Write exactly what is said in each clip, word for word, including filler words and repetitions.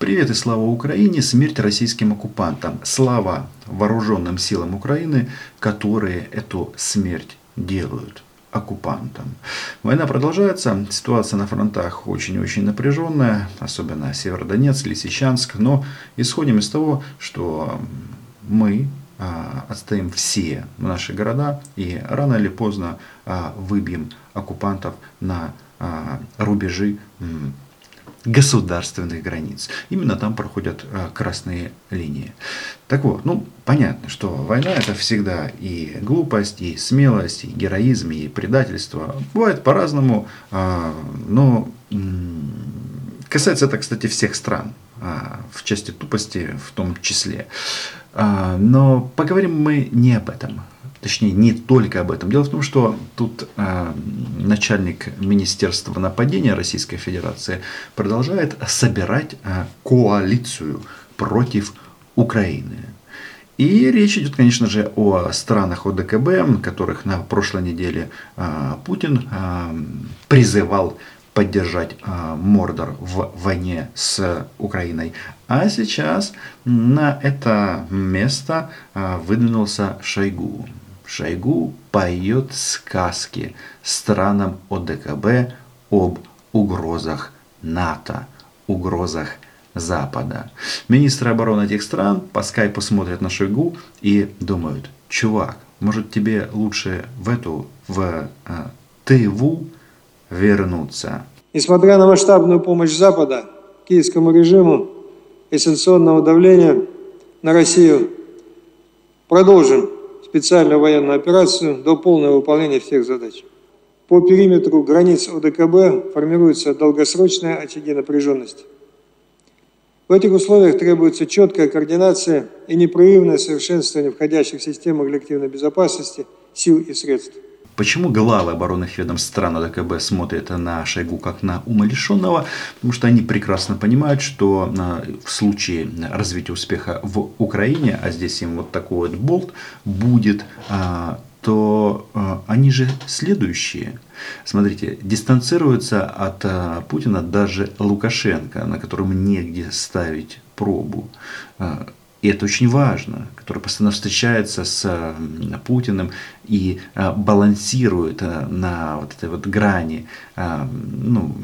Привет и слава Украине, смерть российским оккупантам. Слава вооруженным силам Украины, которые эту смерть делают оккупантам. Война продолжается, ситуация на фронтах очень-очень напряженная, особенно Северодонецк, Лисичанск. Но исходим из того, что мы а, отстоим все наши города и рано или поздно а, выбьем оккупантов на а, рубежи государственных границ. Именно там проходят а, красные линии. Так вот, ну, понятно, что война это всегда и глупость, и смелость, и героизм, и предательство. Бывает по-разному, а, но м- касается это, кстати, всех стран, а, в части тупости в том числе. А, но поговорим мы не об этом. Точнее, не только об этом. Дело в том, что тут э, начальник Министерства нападения Российской Федерации продолжает собирать э, коалицию против Украины. И речь идет, конечно же, о странах ОДКБ, которых на прошлой неделе э, Путин э, призывал поддержать э, Мордор в войне с Украиной. А сейчас на это место э, выдвинулся Шойгу. Шойгу поет сказки странам ОДКБ об угрозах НАТО, угрозах Запада. Министры обороны этих стран по скайпу смотрят на Шойгу и думают: чувак, может тебе лучше в эту, в э, Тыву вернуться. Несмотря на масштабную помощь Запада киевскому режиму и санкционного давления на Россию, продолжим специальную военную операцию до полного выполнения всех задач. По периметру границ ОДКБ формируются долгосрочные очаги напряженности. В этих условиях требуется четкая координация и непрерывное совершенствование входящих в систему коллективной безопасности сил и средств. Почему главы оборонных ведомств стран ОДКБ смотрят на Шойгу как на умалишенного? Потому что они прекрасно понимают, что в случае развития успеха в Украине, а здесь им вот такой вот болт будет, то они же следующие. Смотрите, дистанцируются от Путина даже Лукашенко, на котором негде ставить пробу. И это очень важно, который постоянно встречается с Путиным и а, балансирует а, на вот этой вот грани, а, ну,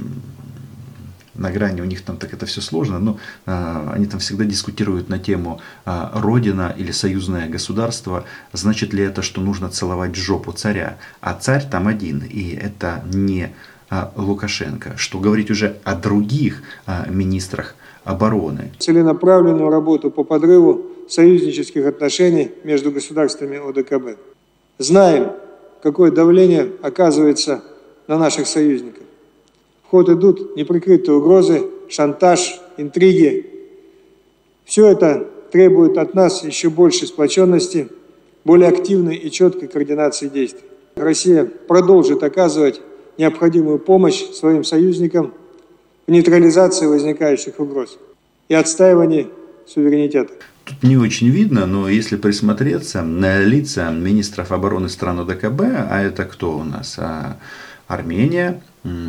на грани у них там так это все сложно, но а, они там всегда дискутируют на тему а, Родина или союзное государство, значит ли это, что нужно целовать жопу царя, а царь там один, и это не а, Лукашенко, что говорить уже о других а, министрах обороны. Целенаправленную работу по подрыву союзнических отношений между государствами ОДКБ. Знаем, какое давление оказывается на наших союзников. В ход идут неприкрытые угрозы, шантаж, интриги. Все это требует от нас еще большей сплоченности, более активной и четкой координации действий. Россия продолжит оказывать необходимую помощь своим союзникам в нейтрализации возникающих угроз и отстаивании суверенитета. Тут не очень видно, но если присмотреться на лица министров обороны стран ОДКБ, а это кто у нас? Армения,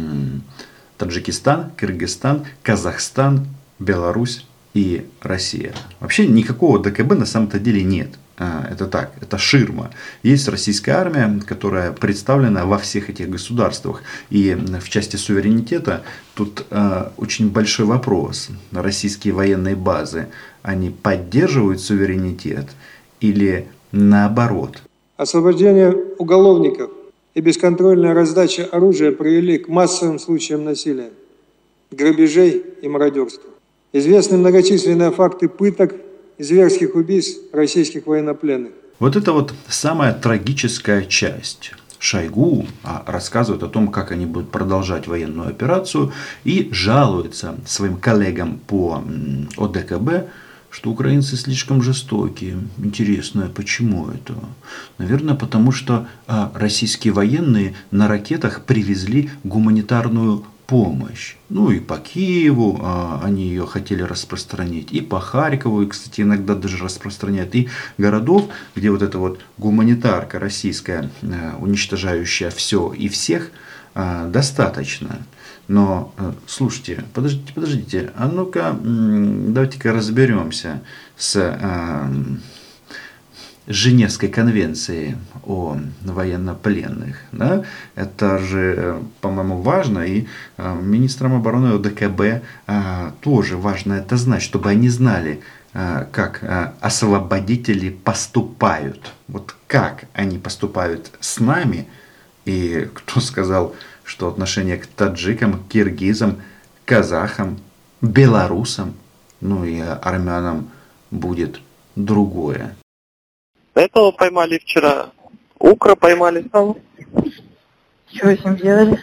Таджикистан, Кыргызстан, Казахстан, Беларусь и Россия. Вообще никакого ОДКБ на самом-то деле нет. Это так, это ширма. Есть российская армия, которая представлена во всех этих государствах. И в части суверенитета тут э, очень большой вопрос. Российские военные базы, они поддерживают суверенитет или наоборот? Освобождение уголовников и бесконтрольная раздача оружия привели к массовым случаям насилия, грабежей и мародерства. Известны многочисленные факты пыток и зверских убийств российских военнопленных. Вот это вот самая трагическая часть. Шойгу рассказывает о том, как они будут продолжать военную операцию и жалуется своим коллегам по ОДКБ, что украинцы слишком жестокие. Интересно, почему это? Наверное, потому что российские военные на ракетах привезли гуманитарную помощь. Ну и по Киеву а, они ее хотели распространить, и по Харькову, и, кстати, иногда даже распространяют, и городов, где вот эта вот гуманитарка российская, а, уничтожающая все и всех, а, достаточно. Но, слушайте, подождите, подождите, а ну-ка, давайте-ка разберемся с а, Женевской конвенцией о военнопленных. Да? Это же, по-моему, важно, и а, министрам обороны ОДКБ а, тоже важно это знать, чтобы они знали, а, как а, освободители поступают. Вот как они поступают с нами, и кто сказал, что отношение к таджикам, киргизам, казахам, белорусам, ну и армянам будет другое. Этого поймали вчера. Укра поймали. Что вы с ним делали?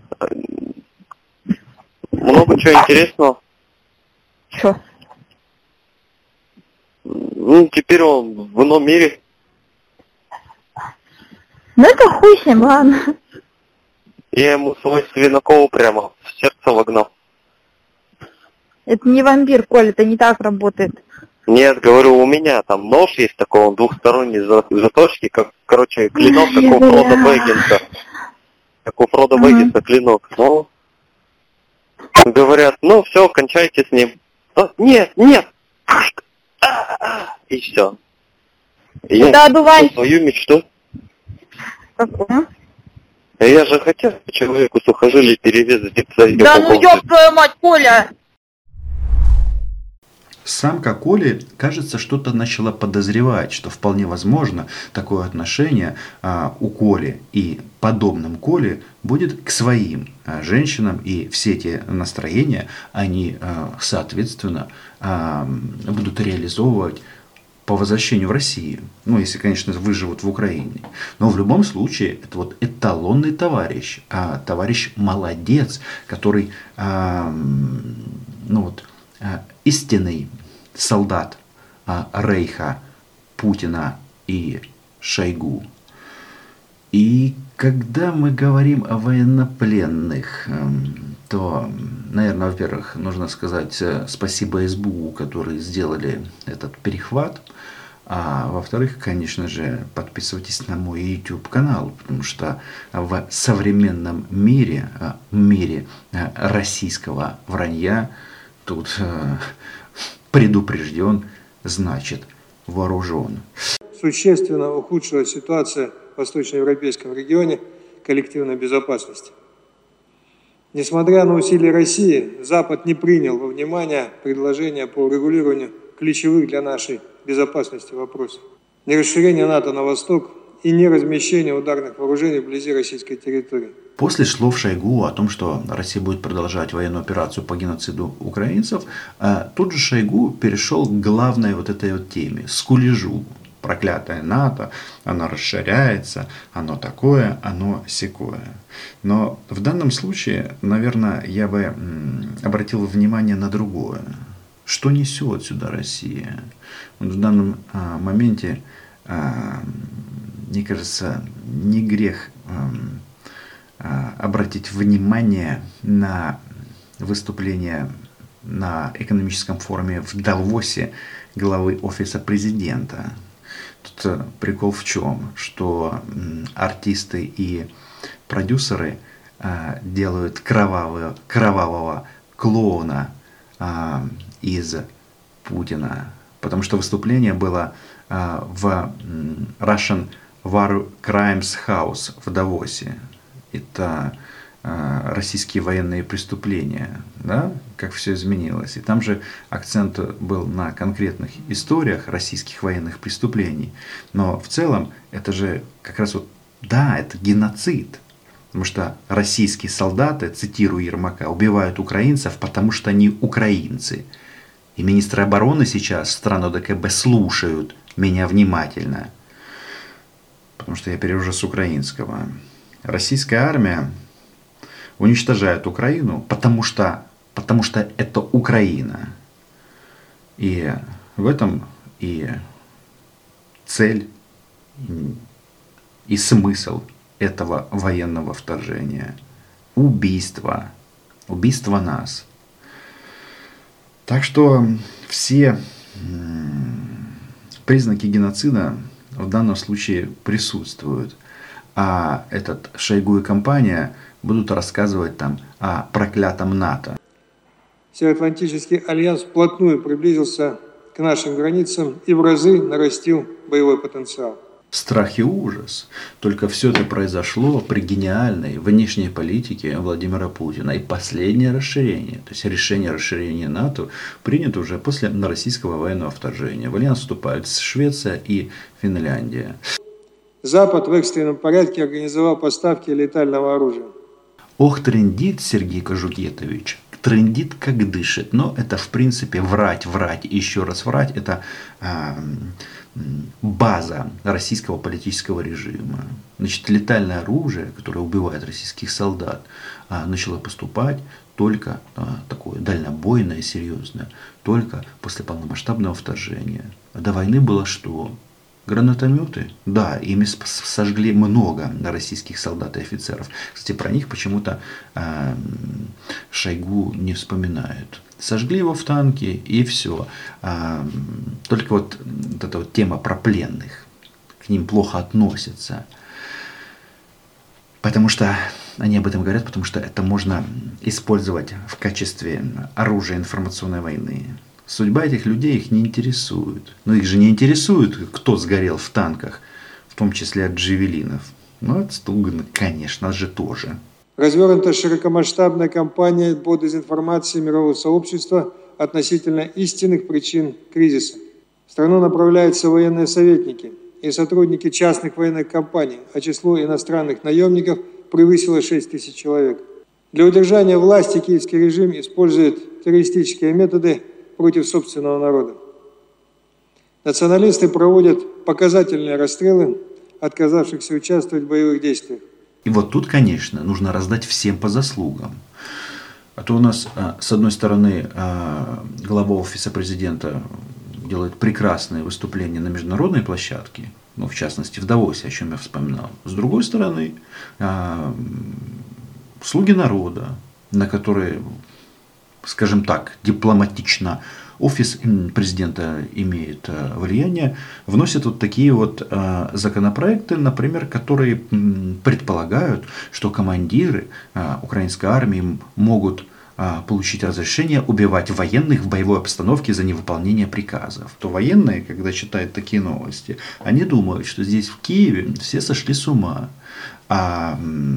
Много чего интересного. Что? Ну, теперь он в ином мире. Ну это хуй с ним, ладно. Я ему свой свинокол прямо в сердце вогнал. Это не вампир, Коль, это не так работает. Нет, говорю, у меня там нож есть такой, он двухсторонний заточки, как, короче, клинок, как у Фрода Бэггинса. Как у Фрода Ага. Бэггинса клинок. Ну, говорят, ну все, кончайте с ним. А, нет, нет. И все. Я Это одуванчик. свою мечту. Какую? Я же хотел человеку сухожилий перерезать и посадить Да его ну в ёб твою мать, Коля! Самка Коли, кажется, что-то начала подозревать, что вполне возможно такое отношение а, у Коли и подобным Коле будет к своим а, женщинам, и все эти настроения, они, а, соответственно, а, будут реализовывать по возвращению в Россию. Ну, если, конечно, выживут в Украине. Но в любом случае, это вот эталонный товарищ, а, товарищ молодец, который, а, ну вот, а, истинный солдат а, Рейха, Путина и Шойгу. И когда мы говорим о военнопленных, эм, то, наверное, во-первых, нужно сказать э, спасибо СБУ, которые сделали этот перехват. А во-вторых, конечно же, подписывайтесь на мой YouTube канал, потому что в современном мире, э, мире э, российского вранья, тут э, предупрежден, значит вооружен. Существенно ухудшилась ситуация в восточноевропейском регионе коллективной безопасности. Несмотря на усилия России, Запад не принял во внимание предложения по урегулированию ключевых для нашей безопасности вопросов. Не расширение НАТО на восток и не размещение ударных вооружений вблизи российской территории. После слов Шойгу о том, что Россия будет продолжать военную операцию по геноциду украинцев, тут же Шойгу перешел к главной вот этой вот теме, скулежу. Проклятое НАТО, оно расширяется, оно такое, оно сякое. Но в данном случае, наверное, я бы обратил внимание на другое. Что несет сюда Россия? Вот в данном а, моменте, а, мне кажется, не грех а, а, обратить внимание на выступление на экономическом форуме в Давосе главы Офиса президента. Тут прикол в чем? Что артисты и продюсеры а, делают кровавого, кровавого клоуна а, из Путина. Потому что выступление было а, в Russian War Crimes House в Давосе. Это а, российские военные преступления, да, как все изменилось. И там же акцент был на конкретных историях российских военных преступлений. Но в целом это же как раз вот, да, это геноцид. Потому что российские солдаты, цитирую Ермака, убивают украинцев, потому что они украинцы. И министры обороны сейчас стран ОДКБ слушают меня внимательно. Потому что я перевожу с украинского. Российская армия уничтожает Украину, потому что, потому что это Украина. И в этом и цель, и смысл этого военного вторжения. Убийство. Убийство нас. Так что все признаки геноцида в данном случае присутствуют. а этот Шойгу и компания будут рассказывать там о проклятом НАТО. Североатлантический альянс вплотную приблизился к нашим границам и в разы нарастил боевой потенциал. Страх и ужас. Только все это произошло при гениальной внешней политике Владимира Путина. И последнее расширение, то есть решение расширения НАТО, принято уже после российского военного вторжения. В альянс вступают Швеция и Финляндия. Запад в экстренном порядке организовал поставки летального оружия. Ох, трындит Сергей Кожугетович. Трындит, как дышит. Но это, в принципе, врать, врать и еще раз врать. Это э, база российского политического режима. Значит, летальное оружие, которое убивает российских солдат, э, начало поступать только э, такое дальнобойное, серьезное, только после полномасштабного вторжения. А до войны было что? Гранатометы? Да, ими сожгли много российских солдат и офицеров. Кстати, про них почему-то э, Шойгу не вспоминает. Сожгли его в танке и все. Э, только вот, вот эта вот тема про пленных. К ним плохо относятся. Потому что они об этом говорят, потому что это можно использовать в качестве оружия информационной войны. Судьба этих людей их не интересует. Но их же не интересует, кто сгорел в танках, в том числе от джавелинов. Ну, от Стугана, конечно же, тоже. Развернута широкомасштабная кампания по дезинформации мирового сообщества относительно истинных причин кризиса. В страну направляются военные советники и сотрудники частных военных компаний, а число иностранных наемников превысило шесть тысяч человек. Для удержания власти киевский режим использует террористические методы против собственного народа. Националисты проводят показательные расстрелы отказавшихся участвовать в боевых действиях. И вот тут, конечно, нужно раздать всем по заслугам. А то у нас, с одной стороны, глава офиса президента делает прекрасные выступления на международной площадке, ну, в частности, в Давосе, о чем я вспоминал. С другой стороны, слуги народа, на которые, скажем так, дипломатично офис президента имеет влияние, вносят вот такие вот законопроекты, например, которые предполагают, что командиры украинской армии могут получить разрешение убивать военных в боевой обстановке за невыполнение приказов. То военные, когда читают такие новости, они думают, что здесь в Киеве все сошли с ума. А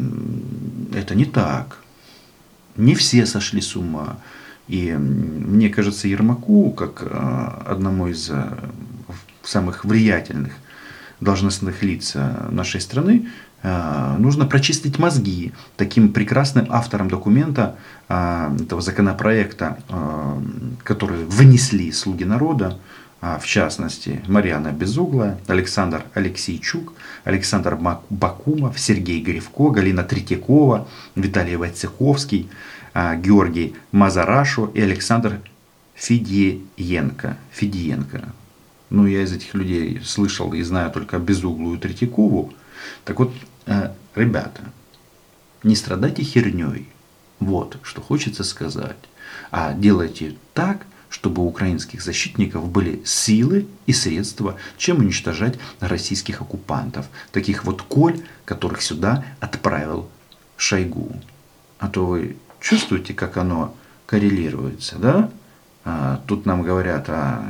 это не так. Не все сошли с ума. И мне кажется, Ермаку, как одному из самых влиятельных должностных лиц нашей страны, нужно прочистить мозги таким прекрасным авторам документа, этого законопроекта, который внесли слуги народа, в частности, Марьяна Безуглая, Александр Алексейчук, Александр Бакумов, Сергей Гривко, Галина Третьякова, Виталий Войцеховский, Георгий Мазарашо и Александр Федиенко. Федиенко. Ну, я из этих людей слышал и знаю только Безуглую и Третьякову. Так вот, ребята, не страдайте херней. Вот, что хочется сказать. А делайте так, чтобы у украинских защитников были силы и средства, чем уничтожать российских оккупантов. Таких вот коль, которых сюда отправил Шойгу. А то вы чувствуете, как оно коррелируется, да? А, тут нам говорят о,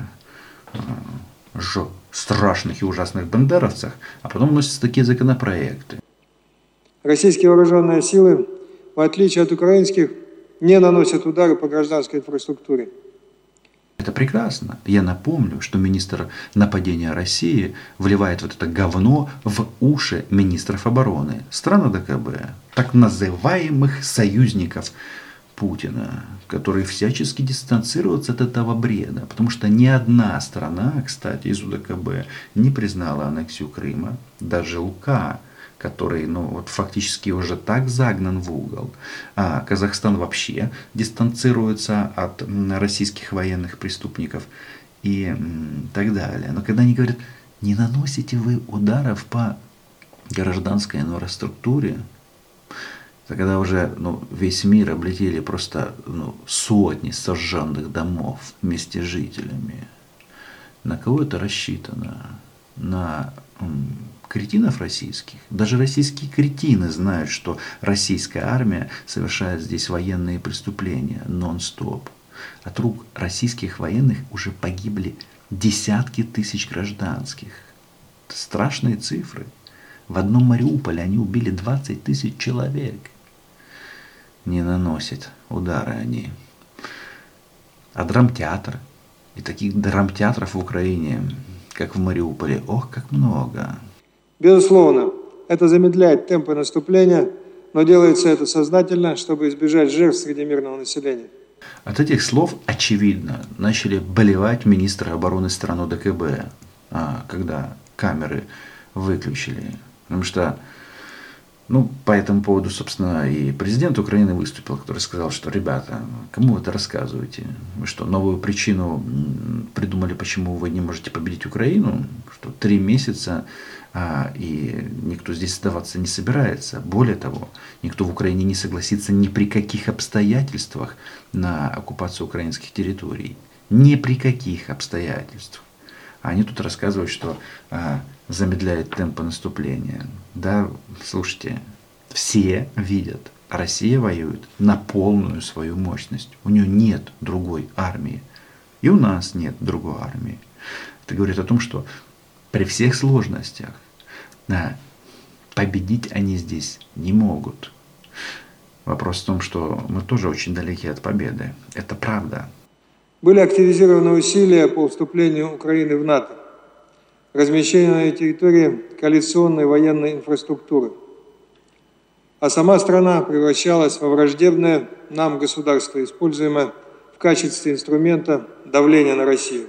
о ж, страшных и ужасных бандеровцах, а потом вносятся такие законопроекты. Российские вооруженные силы, в отличие от украинских, не наносят удары по гражданской инфраструктуре. Это прекрасно. Я напомню, что министр нападения России вливает вот это говно в уши министров обороны стран ОДКБ, так называемых союзников Путина, которые всячески дистанцируются от этого бреда. Потому что ни одна страна, кстати, из ОДКБ не признала аннексию Крыма. Даже Лука, который, ну, вот фактически уже так загнан в угол. А Казахстан вообще дистанцируется от российских военных преступников и так далее. Но когда они говорят, не наносите вы ударов по гражданской инфраструктуре, когда уже, ну, весь мир облетели просто, ну, сотни сожженных домов вместе с жителями. На кого это рассчитано? На кретинов российских. Даже российские кретины знают, что российская армия совершает здесь военные преступления нон-стоп. От рук российских военных уже погибли десятки тысяч гражданских. Это страшные цифры. В одном Мариуполе они убили двадцать тысяч человек. Не наносят удары они. А драмтеатр. И таких драмтеатров в Украине, как в Мариуполе, ох, как много. Безусловно, это замедляет темпы наступления, но делается это сознательно, чтобы избежать жертв среди мирного населения. От этих слов, очевидно, начали болевать министры обороны стран ОДКБ, когда камеры выключили. Потому что, ну, по этому поводу, собственно, и президент Украины выступил, который сказал, что, ребята, кому вы это рассказываете? Вы что, новую причину придумали, почему вы не можете победить Украину? Что три месяца, а, и никто здесь сдаваться не собирается. Более того, никто в Украине не согласится ни при каких обстоятельствах на оккупацию украинских территорий. Ни при каких обстоятельствах. А они тут рассказывают, что а, замедляет темпы наступления. Да, слушайте, все видят, Россия воюет на полную свою мощность. У нее нет другой армии. И у нас нет другой армии. Это говорит о том, что при всех сложностях да, победить они здесь не могут. Вопрос в том, что мы тоже очень далеки от победы. Это правда. Были активизированы усилия по вступлению Украины в НАТО, размещение на территории коалиционной военной инфраструктуры. А сама страна превращалась во враждебное нам государство, используемое в качестве инструмента давления на Россию.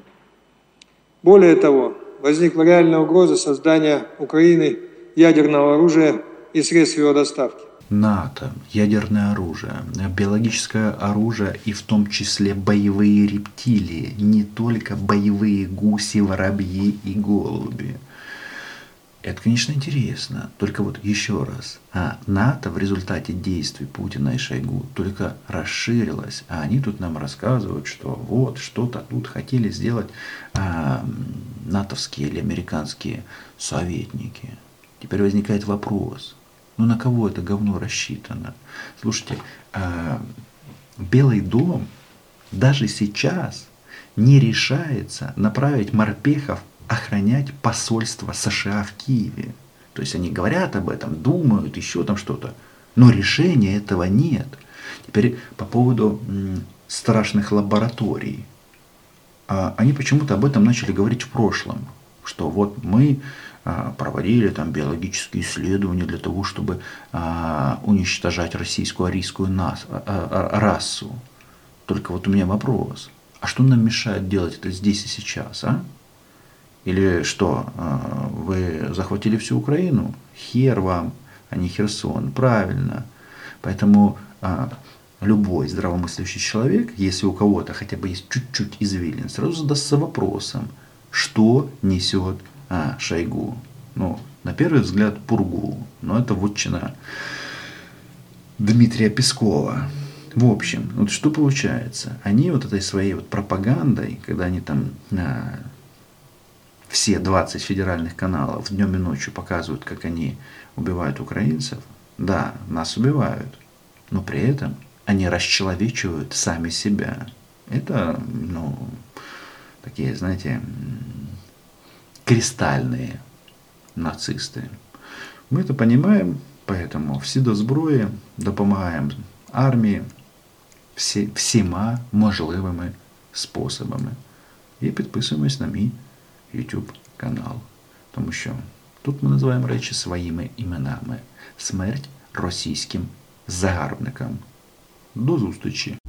Более того, возникла реальная угроза создания Украины ядерного оружия и средств его доставки. НАТО, ядерное оружие, биологическое оружие и в том числе боевые рептилии, не только боевые гуси, воробьи и голуби. Это, конечно, интересно. Только вот еще раз, а НАТО в результате действий Путина и Шойгу только расширилось, а они тут нам рассказывают, что вот что-то тут хотели сделать а, натовские или американские советники. Теперь возникает вопрос. Ну на кого это говно рассчитано? Слушайте, э, Белый дом даже сейчас не решается направить морпехов охранять посольство США в Киеве. То есть они говорят об этом, думают, еще там что-то. Но решения этого нет. Теперь по поводу м, страшных лабораторий. А, они почему-то об этом начали говорить в прошлом. Что вот мы проводили там биологические исследования для того, чтобы а, уничтожать российскую арийскую нас, а, а, расу. Только вот у меня вопрос. А что нам мешает делать это здесь и сейчас, а? Или что, а, вы захватили всю Украину? Хер вам, а не Херсон. Правильно. Поэтому а, любой здравомыслящий человек, если у кого-то хотя бы есть чуть-чуть извилин, сразу задастся вопросом, что несет А, Шойгу. Ну, на первый взгляд, пургу. Но это вотчина Дмитрия Пескова. В общем, вот что получается? Они вот этой своей вот пропагандой, когда они там а, все двадцать федеральных каналов днем и ночью показывают, как они убивают украинцев, да, нас убивают, но при этом они расчеловечивают сами себя. Это, ну, такие, знаете, кристальные нацисти. Ми це розуміємо, поэтому всі до зброї допомагаємо армії всі, всіма можливими способами. І підписуємось на мій YouTube канал. Тому що тут ми називаємо речі своїми іменами. Смерть російським загарбникам. До зустрічі!